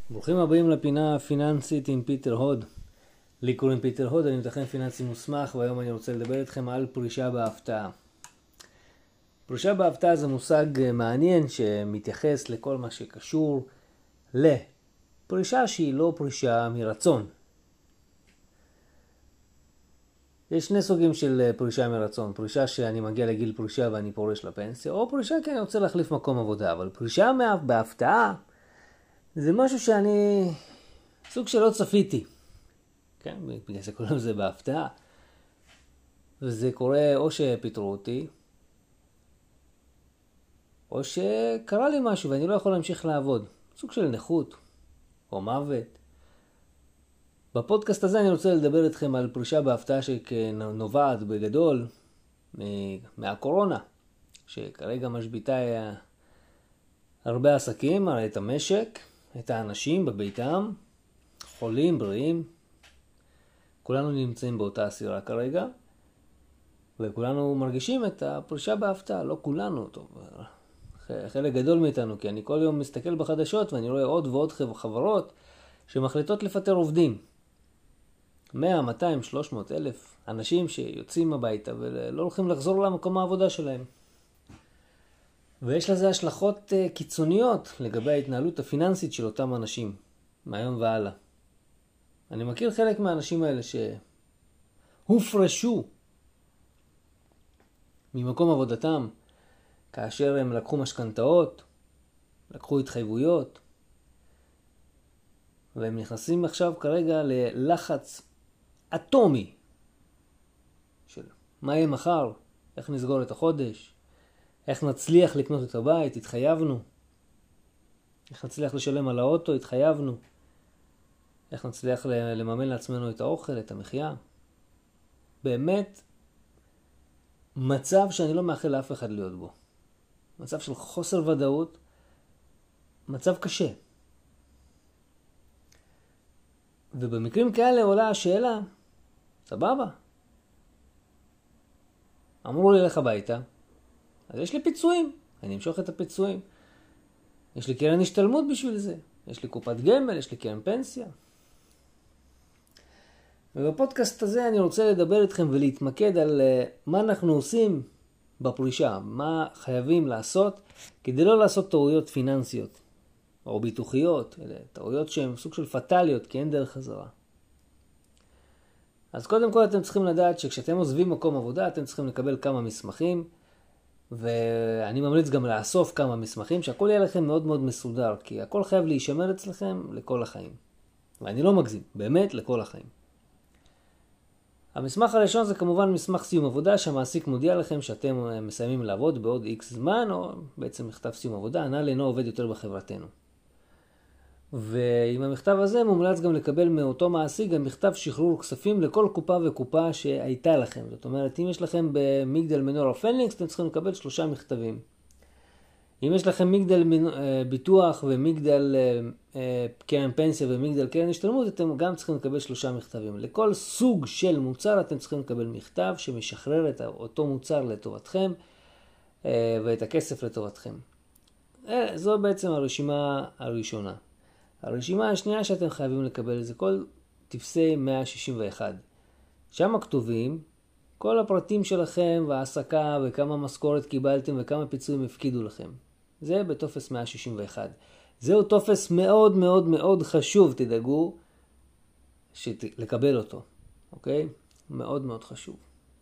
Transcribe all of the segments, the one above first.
ברוכים הבאים לפינה הפיננסית עם פיטר הוד. לי קוראים פיטר הוד, אני מתכנן פיננסי מוסמך, והיום אני רוצה לדבר איתכם על פרישה בהפתעה. פרישה בהפתעה זה מושג מעניין שמתייחס לכל מה שקשור לפרישה שהיא לא פרישה מרצון. יש שני סוגים של פרישה מרצון. פרישה שאני מגיע לגיל פרישה ואני פורש לפנסיה, או פרישה כי אני רוצה להחליף מקום עבודה. אבל פרישה בהפתעה זה משהו שאני סוג שלא צפיתי. כן, בגלל שקוראים לזה בהפתעה. וזה קורה או שפיטרו אותי, או שקרה לי משהו ואני לא יכול להמשיך לעבוד. סוג של נכות או מוות. בפודקאסט הזה אני רוצה לדבר איתכם על פרישה בהפתעה שנובעת בגדול מהקורונה, שכרגע משביתה הרבה עסקים, הרי את המשק, את האנשים בביתם, חולים, בריאים. כולנו נמצאים באותה סירה כרגע, וכולנו מרגישים את הפרישה בהפתעה. לא כולנו, טוב, חלק גדול מאיתנו, כי אני כל יום מסתכל בחדשות ואני רואה עוד ועוד חברות שמחליטות לפטר עובדים. 100, 200, 300 אלף אנשים שיוצאים הביתה ולא הולכים לחזור למקום העבודה שלהם. ויש לזה השלכות קיצוניות לגבי ההתנהלות הפיננסית של אותם אנשים מהיום והלאה. אני מכיר חלק מהאנשים האלה שהופרשו ממקום עבודתם כאשר הם לקחו משכנתאות, לקחו התחייבויות, והם נכנסים עכשיו כרגע ללחץ אטומי של מה יהיה מחר, איך נסגור את החודש, איך נצליח לקנות את הבית, התחייבנו, איך נצליח לשלם על האוטו, התחייבנו, איך נצליח לממן לעצמנו את האוכל, את המחיה. באמת מצב שאני לא מאחל לאף אחד להיות בו. מצב של חוסר ודאות, מצב קשה. ובמקרים כאלה עולה השאלה, סבבה, אמרו לי לך הביתה, אז יש לי פיצויים, אני אמשוך את הפיצויים. יש לי קרן השתלמות בשביל זה, יש לי קופת גמל, יש לי קרן פנסיה. ובפודקאסט הזה אני רוצה לדבר איתכם ולהתמקד על מה אנחנו עושים בפרישה, מה חייבים לעשות כדי לא לעשות טעויות פיננסיות או ביטוחיות, אלה טעויות שהן סוג של פטליות, כי אין דרך חזרה. אז קודם כל אתם צריכים לדעת שכשאתם עוזבים מקום עבודה אתם צריכים לקבל כמה מסמכים, ואני ממליץ גם לאסוף כמה מסמכים, שהכל יהיה לכם מאוד מאוד מסודר, כי הכל חייב להישמר אצלכם לכל החיים. ואני לא מגזים, באמת לכל החיים. המסמך הראשון זה כמובן מסמך סיום עבודה, שהמעסיק מודיע לכם שאתם מסיימים לעבוד בעוד X זמן, או בעצם מכתב סיום עבודה, הנ"ל אינו עובד יותר בחברתנו. ועם המכתב הזה מומלץ גם לקבל מאותו מעסיק גם מכתב שחרור כספים לכל קופה וקופה שהייתה לכם. זאת אומרת, אם יש לכם במגדל מנורה פניקס, אתם צריכים לקבל 3 מכתבים. אם יש לכם מגדל ביטוח ומגדל קרן פנסיה ומגדל קרן השתלמות, אתם גם צריכים לקבל 3 מכתבים. לכל סוג של מוצר אתם צריכים לקבל מכתב שמשחרר את אותו מוצר לטובתכם ואת הכסף לטובתכם. זו בעצם הרשימה הראשונה. הרשימה השנייה שאתם חייבים לקבל זה כל טפסי 161. שם כתובים כל הפרטים שלכם והעסקה וכמה משכורת קיבלתם וכמה פיצויים הפקידו לכם. זה בטופס 161. זהו טופס מאוד מאוד מאוד חשוב, תדאגו לקבל אותו. אוקיי? מאוד מאוד חשוב.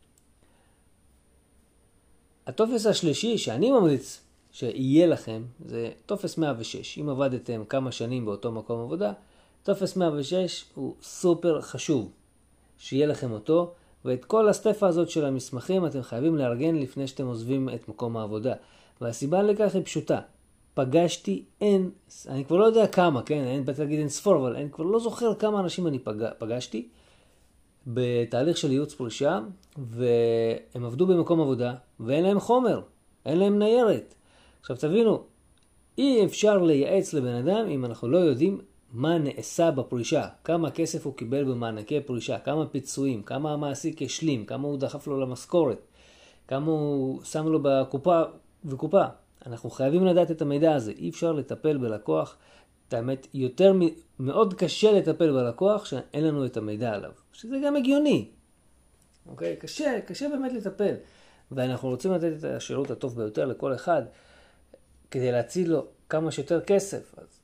הטופס השלישי שאני ממליץ שיהיה לכם זה טופס 106. אם עבדתם כמה שנים באותו מקום עבודה, טופס 106 הוא סופר חשוב שיהיה לכם אותו, ואת כל הסטפה הזאת של המסמכים אתם חייבים לארגן לפני שאתם עוזבים את מקום העבודה. והסיבה לכך היא פשוטה. פגשתי אני כבר לא יודע כמה, כן, אין באתי להגיד אין ספור, אבל אני כבר לא זוכר כמה אנשים אני פגשתי בתהליך של ייעוץ פרישה, והם עבדו במקום עבודה ואין להם חומר, אין להם ניירת. עכשיו תבינו, אי אפשר לייעץ לבן אדם אם אנחנו לא יודעים מה נעשה בפרישה, כמה כסף הוא קיבל במענקי פרישה, כמה פיצויים, כמה המעסיק השלים, כמה הוא דחף לו למשכורת, כמה הוא שם לו בקופה וקופה. אנחנו חייבים לדעת את המידע הזה, אי אפשר לטפל בלקוח האמת, מאוד קשה לטפל בלקוח שאין לנו את המידע עליו. שזה גם הגיוני. אוקיי? קשה באמת לטפל. ואנחנו רוצים לתת את השירות הטוב ביותר לכל אחד, כדי להציל לו כמה שיותר כסף. אז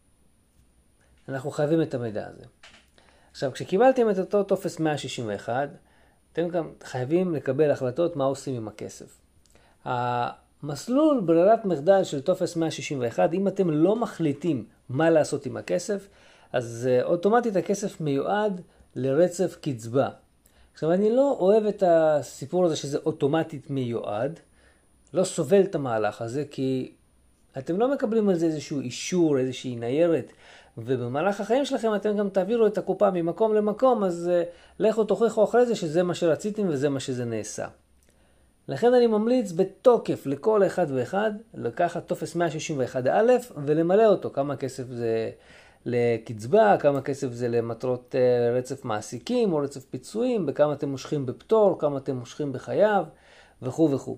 אנחנו חייבים את המידע הזה. עכשיו, כשקיבלתם את אותו טופס 161, אתם גם חייבים לקבל החלטות מה עושים עם הכסף. המסלול ברירת מחדל של טופס 161, אם אתם לא מחליטים מה לעשות עם הכסף, אז אוטומטית הכסף מיועד לרצף קצבה. עכשיו, אני לא אוהב את הסיפור הזה שזה אוטומטית מיועד, לא סובל את המהלך הזה, כי אתם לא מקבלים על זה איזשהו אישור, איזושהי ניירת, ובמהלך החיים שלכם אתם גם תעבירו את הקופה ממקום למקום, אז לכו תוכיחו אחרי זה שזה מה שרציתם וזה מה שזה נעשה. לכן אני ממליץ בתוקף לכל אחד ואחד לקחת טופס 161א ולמלא אותו. כמה כסף זה לקצבה, כמה כסף זה למטרות רצף מעסיקים או רצף פיצויים, בכמה אתם מושכים בפטור, כמה אתם מושכים בחייו וכו' וכו'.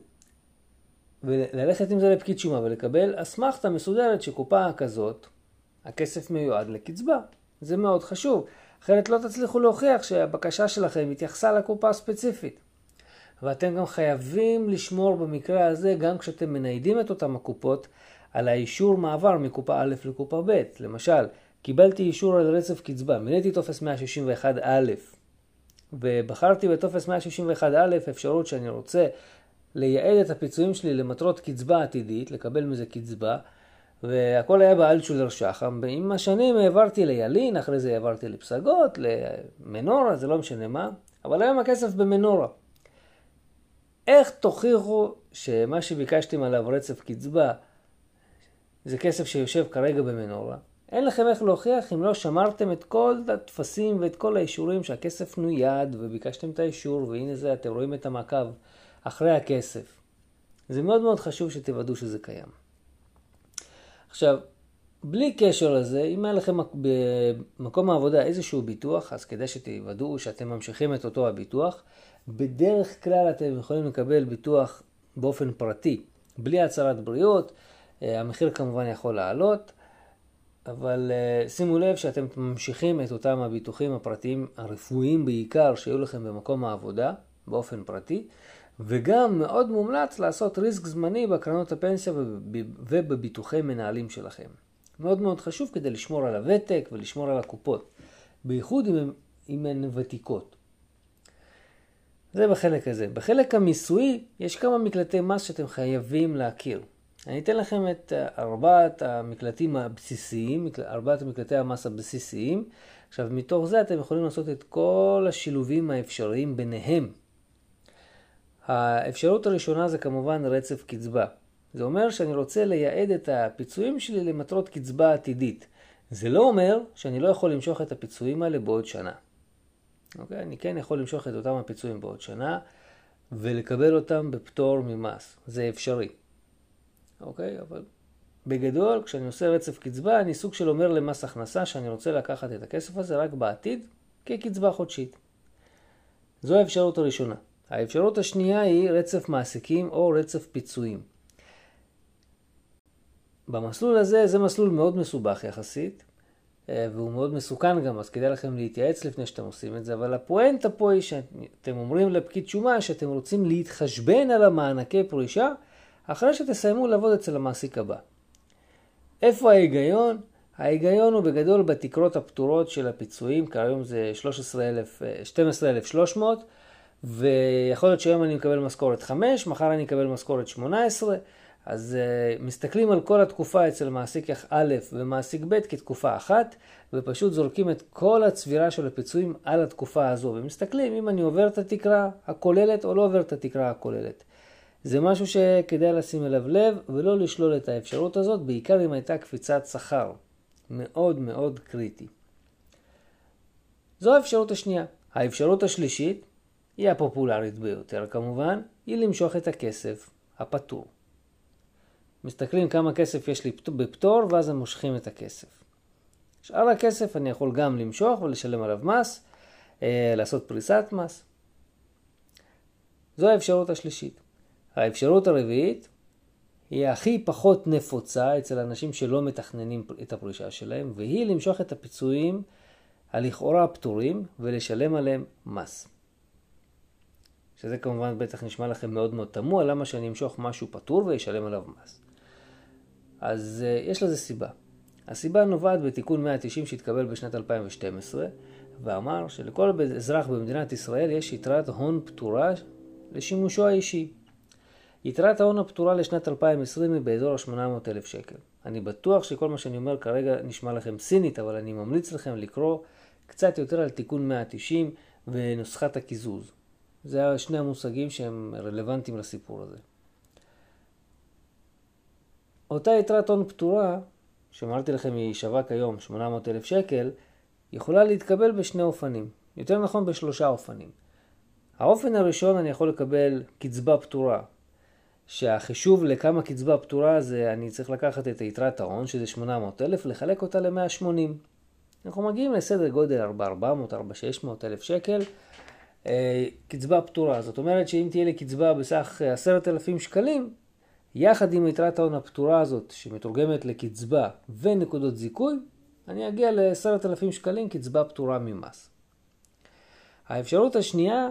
וללכת עם זה לפקיד שומה ולקבל אסמכתה מסודרת שקופה כזאת, הכסף מיועד לקצבה. זה מאוד חשוב. אחרת לא תצליחו להוכיח שהבקשה שלכם התייחסה לקופה ספציפית. ואתם גם חייבים לשמור במקרה הזה, גם כשאתם מניידים את אותם הקופות, על האישור מעבר מקופה א' לקופה ב'. למשל, קיבלתי אישור על רצף קצבה, מילאתי טופס 161א, ובחרתי בטופס 161א אפשרות שאני רוצה לייעד את הפיצויים שלי למטרות קצבה עתידית, לקבל מזה קצבה, והכל היה באלטשולר שחם. עם השנים העברתי לילין, אחרי זה העברתי לפסגות, למנורה, זה לא משנה מה, אבל היום הכסף במנורה. איך תוכיחו שמה שביקשתם עליו רצף קצבה זה כסף שיושב כרגע במנורה? אין לכם איך להוכיח אם לא שמרתם את כל התפסים ואת כל האישורים שהכסף נויד וביקשתם את האישור, והנה זה, אתם רואים את המעקב אחרי הכסף. זה מאוד מאוד חשוב שתוודאו שזה קיים. עכשיו, בלי קשר לזה, אם היה לכם במקום העבודה איזשהו ביטוח, אז כדי שתוודאו שאתם ממשיכים את אותו הביטוח, בדרך כלל אתם יכולים לקבל ביטוח באופן פרטי, בלי הצהרת בריאות. המחיר כמובן יכול לעלות, אבל שימו לב שאתם ממשיכים את אותם הביטוחים הפרטיים הרפואיים בעיקר שהיו לכם במקום העבודה, באופן פרטי, וגם מאוד מומלץ לעשות ריסק זמני בקרנות הפנסיה ובביטוחי מנהלים שלכם. מאוד מאוד חשוב כדי לשמור על הוותק ולשמור על הקופות, בייחוד אם הן ותיקות. זה בחלק הזה. בחלק המיסוי יש כמה מקלטי מס שאתם חייבים להכיר. אני אתן לכם את ארבעת המקלטים הבסיסיים, ארבעת מקלטי המס הבסיסיים. עכשיו, מתוך זה אתם יכולים לעשות את כל השילובים האפשריים ביניהם. האפשרות הראשונה זה כמובן רצף קצבה. זה אומר שאני רוצה לייעד את הפיצויים שלי למטרות קצבה עתידית. זה לא אומר שאני לא יכול למשוך את הפיצויים האלה בעוד שנה. אוקיי? אני כן יכול למשוך את אותם הפיצויים בעוד שנה ולקבל אותם בפטור ממס. זה אפשרי. אוקיי? אבל בגדול, כשאני עושה רצף קצבה, אני סוג של אומר למס הכנסה שאני רוצה לקחת את הכסף הזה רק בעתיד כקצבה חודשית. זו האפשרות הראשונה. האפשרות השנייה היא רצף מעסיקים או רצף פיצויים. במסלול הזה, זה מסלול מאוד מסובך יחסית, והוא מאוד מסוכן גם, אז כדאי לכם להתייעץ לפני שאתם עושים את זה, אבל הפואנטה פה היא שאתם אומרים לפקיד שומה שאתם רוצים להתחשבן על המענקי פרישה, אחרי שתסיימו לעבוד אצל המעסיק הבא. איפה ההיגיון? ההיגיון הוא בגדול בתקרות הפטורות של הפיצויים, כיום זה 12,300, ויכול להיות שהיום אני מקבל משכורת 5, מחר אני אקבל משכורת 18, אז מסתכלים על כל התקופה אצל מעסיק א' ומעסיק ב' כתקופה אחת, ופשוט זורקים את כל הצבירה של הפיצויים על התקופה הזו, ומסתכלים אם אני עובר את התקרה הכוללת או לא עובר את התקרה הכוללת. זה משהו שכדאי לשים אליו לב ולא לשלול את האפשרות הזאת, בעיקר אם הייתה קפיצת שכר. מאוד מאוד קריטי. זו האפשרות השנייה. האפשרות השלישית היא הפופולרית ביותר כמובן, היא למשוך את הכסף הפטור. מסתכלים כמה כסף יש לי בפטור ואז הם מושכים את הכסף. שאר הכסף אני יכול גם למשוך ולשלם עליו מס, לעשות פריסת מס. זו האפשרות השלישית. האפשרות הרביעית היא הכי פחות נפוצה אצל אנשים שלא מתכננים את הפרישה שלהם, והיא למשוך את הפיצויים הלכאורה הפטורים ולשלם עליהם מס. שזה כמובן בטח נשמע לכם מאוד מאוד תמוה, למה שאני אמשוך משהו פטור וישלם עליו מס. אז יש לזה סיבה. הסיבה נובעת בתיקון 190 שהתקבל בשנת 2012, ואמר שלכל אזרח במדינת ישראל יש יתרת הון פטורה לשימושו האישי. יתרת ההון הפטורה לשנת 2020 היא באזור ה-800,000 שקל. אני בטוח שכל מה שאני אומר כרגע נשמע לכם סינית, אבל אני ממליץ לכם לקרוא קצת יותר על תיקון 190 ונוסחת הקיזוז. זה שני המושגים שהם רלוונטיים לסיפור הזה. אותה יתרת הון פטורה, שאמרתי לכם היא שווה כיום 800,000 שקל, יכולה להתקבל בשני אופנים. יותר נכון בשלושה אופנים. האופן הראשון, אני יכול לקבל קצבה פטורה. שהחישוב לכמה קצבה פטורה זה אני צריך לקחת את יתרת ההון, שזה 800,000, לחלק אותה ל-180. אנחנו מגיעים לסדר גודל 400,000-600,000 שקל. קצבה פטורה. זאת אומרת שאם תהיה לי קצבה בסך 10,000 שקלים, יחד עם יתרת ההון הפטורה הזאת, שמתורגמת לקצבה ונקודות זיכוי, אני אגיע ל10,000 שקלים קצבה פטורה ממס. האפשרות השנייה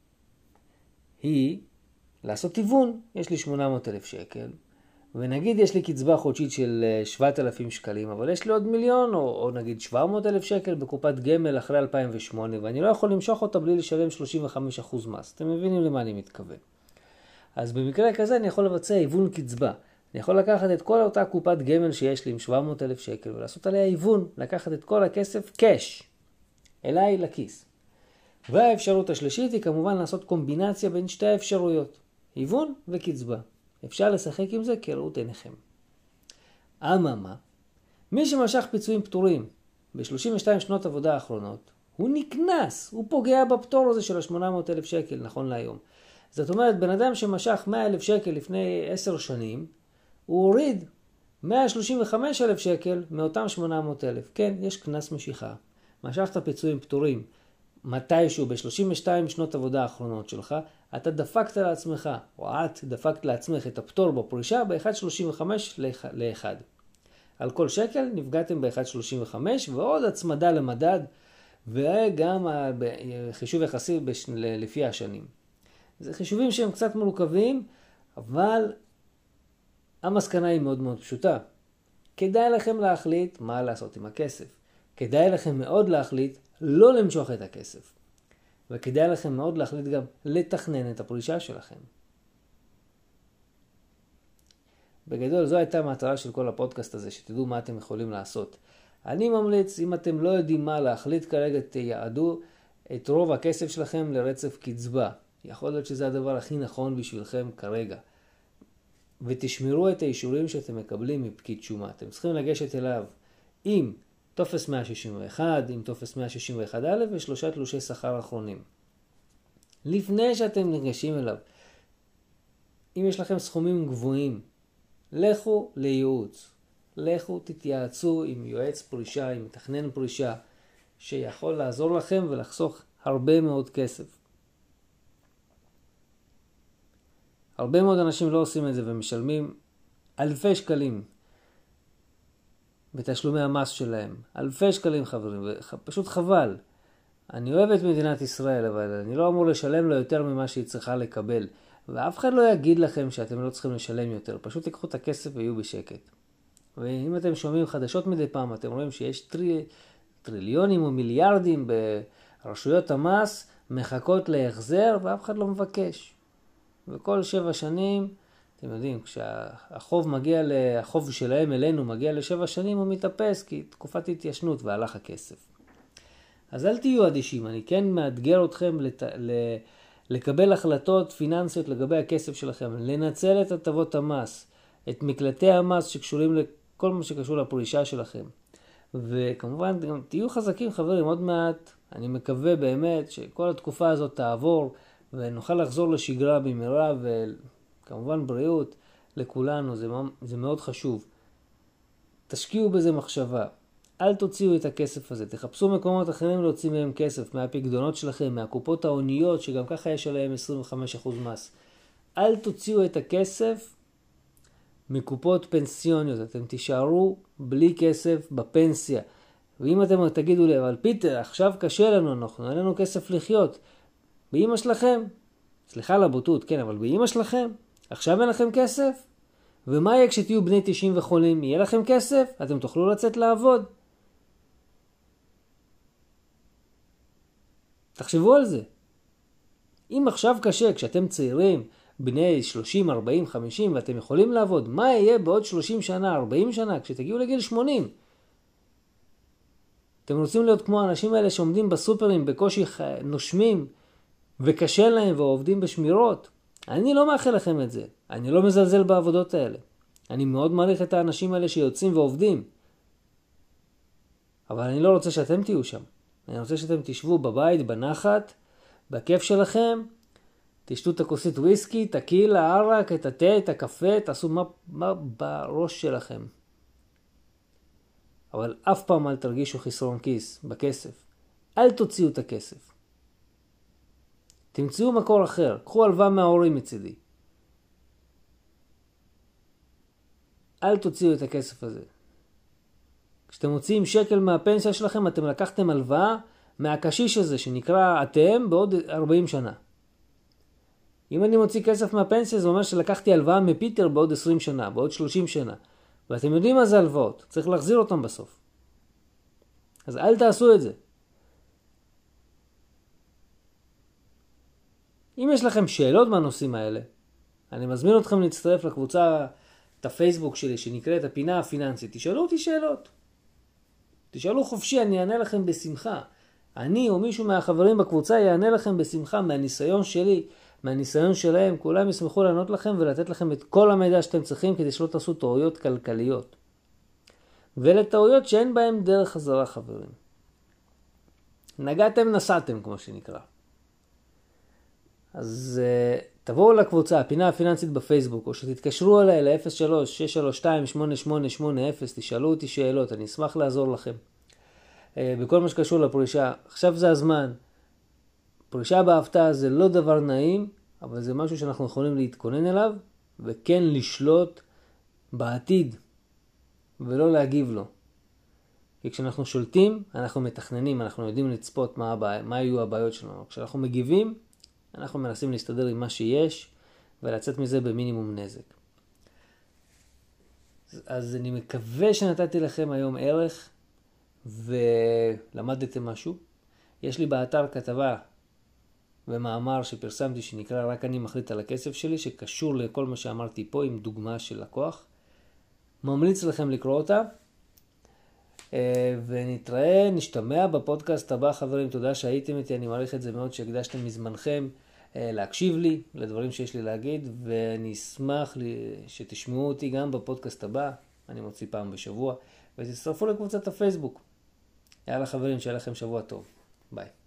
היא לעשות היוון. יש לי 800,000 שקל, ונגיד יש לי קצבה חודשית של 7,000 שקלים, אבל יש לי עוד מיליון, או נגיד 700,000 שקל בקופת גמל אחרי 2008, ואני לא יכול למשוך אותה בלי לשלם 35% מס. אתם מבינים למה אני מתכוון. אז במקרה כזה אני יכול לבצע היוון קצבה. אני יכול לקחת את כל אותה קופת גמל שיש לי עם 700,000 שקל, ולעשות עליה היוון, לקחת את כל הכסף קש, אליי לכיס. והאפשרות השלישית היא כמובן לעשות קומבינציה בין שתי האפשרויות, היוון וקצבה. אפשר לשחק עם זה כראות עיניכם. אממה, מי שמשך פיצויים פטורים ב-32 שנות עבודה האחרונות, הוא נקנס, הוא פוגע בפטור הזה של 800,000 שקל נכון להיום. זאת אומרת, בן אדם שמשך 100,000 שקל לפני 10 שנים, הוא הוריד 135,000 שקל מאותם 800,000. כן, יש קנס משיכה. משכת פיצויים פטורים מתישהו ב-32 שנות עבודה האחרונות שלך, אתה דפקת לעצמך, או את דפקת לעצמך את הפטור בפרישה ב-1.35 ל-1. על כל שקל נפגעתם ב-1.35 ועוד הצמדה למדד, וגם חישוב יחסי לפי השנים. זה חישובים שהם קצת מורכבים, אבל המסקנה היא מאוד מאוד פשוטה. כדאי לכם להחליט מה לעשות עם הכסף. כדאי לכם מאוד להחליט לא למשוך את הכסף. וכדאי לכם מאוד להחליט גם לתכנן את הפרישה שלכם. בגדול זו הייתה המטרה של כל הפודקאסט הזה, שתדעו מה אתם יכולים לעשות. אני ממליץ, אם אתם לא יודעים מה להחליט כרגע, תייעדו את רוב הכסף שלכם לרצף קצבה. יכול להיות שזה הדבר הכי נכון בשבילכם כרגע. ותשמרו את האישורים שאתם מקבלים מפקיד שומה. אתם צריכים לגשת אליו עם טופס 161, עם טופס 161א ושלושה תלושי שכר אחרונים. לפני שאתם ניגשים אליו, אם יש לכם סכומים גבוהים, לכו לייעוץ. לכו תתייעצו עם יועץ פרישה, עם מתכנן פרישה, שיכול לעזור לכם ולחסוך הרבה מאוד כסף. הרבה מאוד אנשים לא עושים את זה ומשלמים אלפי שקלים בתשלומי המס שלהם. אלפי שקלים חברים, פשוט חבל. אני אוהב את מדינת ישראל, אבל אני לא אמור לשלם לו יותר ממה שהיא צריכה לקבל. ואף אחד לא יגיד לכם שאתם לא צריכים לשלם יותר. פשוט תיקחו את הכסף ויהיו בשקט. ואם אתם שומעים חדשות מדי פעם, אתם רואים שיש טריליונים או מיליארדים ברשויות המס מחכות להחזר, ואף אחד לא מבקש. וכל 7 שנים, אתם יודעים, כשהחוב שלהם אלינו מגיע ל7 שנים, הוא מתאפס, כי תקופת התיישנות והלך הכסף. אז אל תהיו אדישים, אני כן מאתגר אתכם לקבל החלטות פיננסיות לגבי הכסף שלכם, לנצל את הטבות המס, את מקלטי המס שקשורים לכל מה שקשור לפרישה שלכם. וכמובן, גם תהיו חזקים חברים, עוד מעט, אני מקווה באמת שכל התקופה הזאת תעבור, ונוכל לחזור לשגרה במהרה, וכמובן בריאות לכולנו, זה מאוד חשוב. תשקיעו בזה מחשבה. אל תוציאו את הכסף הזה, תחפשו מקומות אחרים להוציא מהם כסף, מהפקדונות שלכם, מהקופות העוניות, שגם ככה יש עליהם 25% מס. אל תוציאו את הכסף מקופות פנסיוניות, אתם תישארו בלי כסף בפנסיה. ואם אתם תגידו לי, אבל פיטר, עכשיו קשה לנו, אין לנו כסף לחיות. באמא שלכם, סליחה על הבוטות, כן, אבל באמא שלכם, עכשיו אין לכם כסף? ומה יהיה כשתהיו בני 90 וחולים? יהיה לכם כסף? אתם תוכלו לצאת לעבוד? תחשבו על זה. אם עכשיו קשה, כשאתם צעירים, בני 30, 40, 50, ואתם יכולים לעבוד, מה יהיה בעוד 30 שנה, 40 שנה, כשתגיעו לגיל 80? אתם רוצים להיות כמו האנשים האלה שעומדים בסופרים, בקושי נושמים, וקשה להם ועובדים בשמירות? אני לא מאחל לכם את זה. אני לא מזלזל בעבודות האלה. אני מאוד מעריך את האנשים האלה שיוצאים ועובדים. אבל אני לא רוצה שאתם תהיו שם. אני רוצה שאתם תשבו בבית, בנחת, בכיף שלכם, תשתו את הכוסית וויסקי, תקילה, ערק, את התה, את הקפה, תעשו מה בראש שלכם. אבל אף פעם אל תרגישו חסרון כיס בכסף. אל תוציאו את הכסף. תמצאו מקור אחר. קחו הלוואה מההורים מצידי. אל תוציאו את הכסף הזה. כשאתם מוציאים שקל מהפנסיה שלכם, אתם לקחתם הלוואה מהקשיש הזה שנקרא אתם בעוד 40 שנה. אם אני מוציא כסף מהפנסיה, זה אומר שלקחתי הלוואה מפיטר בעוד 20 שנה, בעוד 30 שנה. ואתם יודעים מה זה הלוואות. צריך להחזיר אותם בסוף. אז אל תעשו את זה. אם יש לכם שאלות מהנושאים האלה, אני מזמין אתכם להצטרף לקבוצה, את הפייסבוק שלי, שנקראת הפינה הפיננסית. תשאלו אותי שאלות. תשאלו חופשי, אני אענה לכם בשמחה. אני או מישהו מהחברים בקבוצה יענה לכם בשמחה מהניסיון שלי, מהניסיון שלהם. כולם ישמחו לענות לכם ולתת לכם את כל המידע שאתם צריכים כדי שלא תעשו טעויות כלכליות. ולטעויות שאין בהם דרך חזרה, חברים. נגעתם, נסעתם, כמו שנקרא. אז תבואו לקבוצה, הפינה הפיננסית בפייסבוק, או שתתקשרו אליי ל-03-632-8880, תשאלו אותי שאלות, אני אשמח לעזור לכם. בכל מה שקשור לפרישה, עכשיו זה הזמן. פרישה בהפתעה זה לא דבר נעים, אבל זה משהו שאנחנו יכולים להתכונן אליו, וכן לשלוט בעתיד, ולא להגיב לו. כי כשאנחנו שולטים, אנחנו מתכננים, אנחנו יודעים לצפות מה יהיו הבעיות שלנו. כשאנחנו מגיבים, אנחנו מנסים להסתדר עם מה שיש, ולצאת מזה במינימום נזק. אז אני מקווה שנתתי לכם היום ערך, ולמדתם משהו. יש לי באתר כתבה ומאמר שפרסמתי שנקרא רק אני מחליט על הכסף שלי, שקשור לכל מה שאמרתי פה עם דוגמה של לקוח. ממליץ לכם לקרוא אותה. ונתראה, נשתמע בפודקאסט הבא, חברים. תודה שהייתם איתי, אני מעריך את זה מאוד שהקדשתם מזמנכם להקשיב לי, לדברים שיש לי להגיד, ואני אשמח שתשמעו אותי גם בפודקאסט הבא, אני מוציא פעם בשבוע, ותצטרפו לקבוצת הפייסבוק. יאללה חברים, שיהיה לכם שבוע טוב. ביי.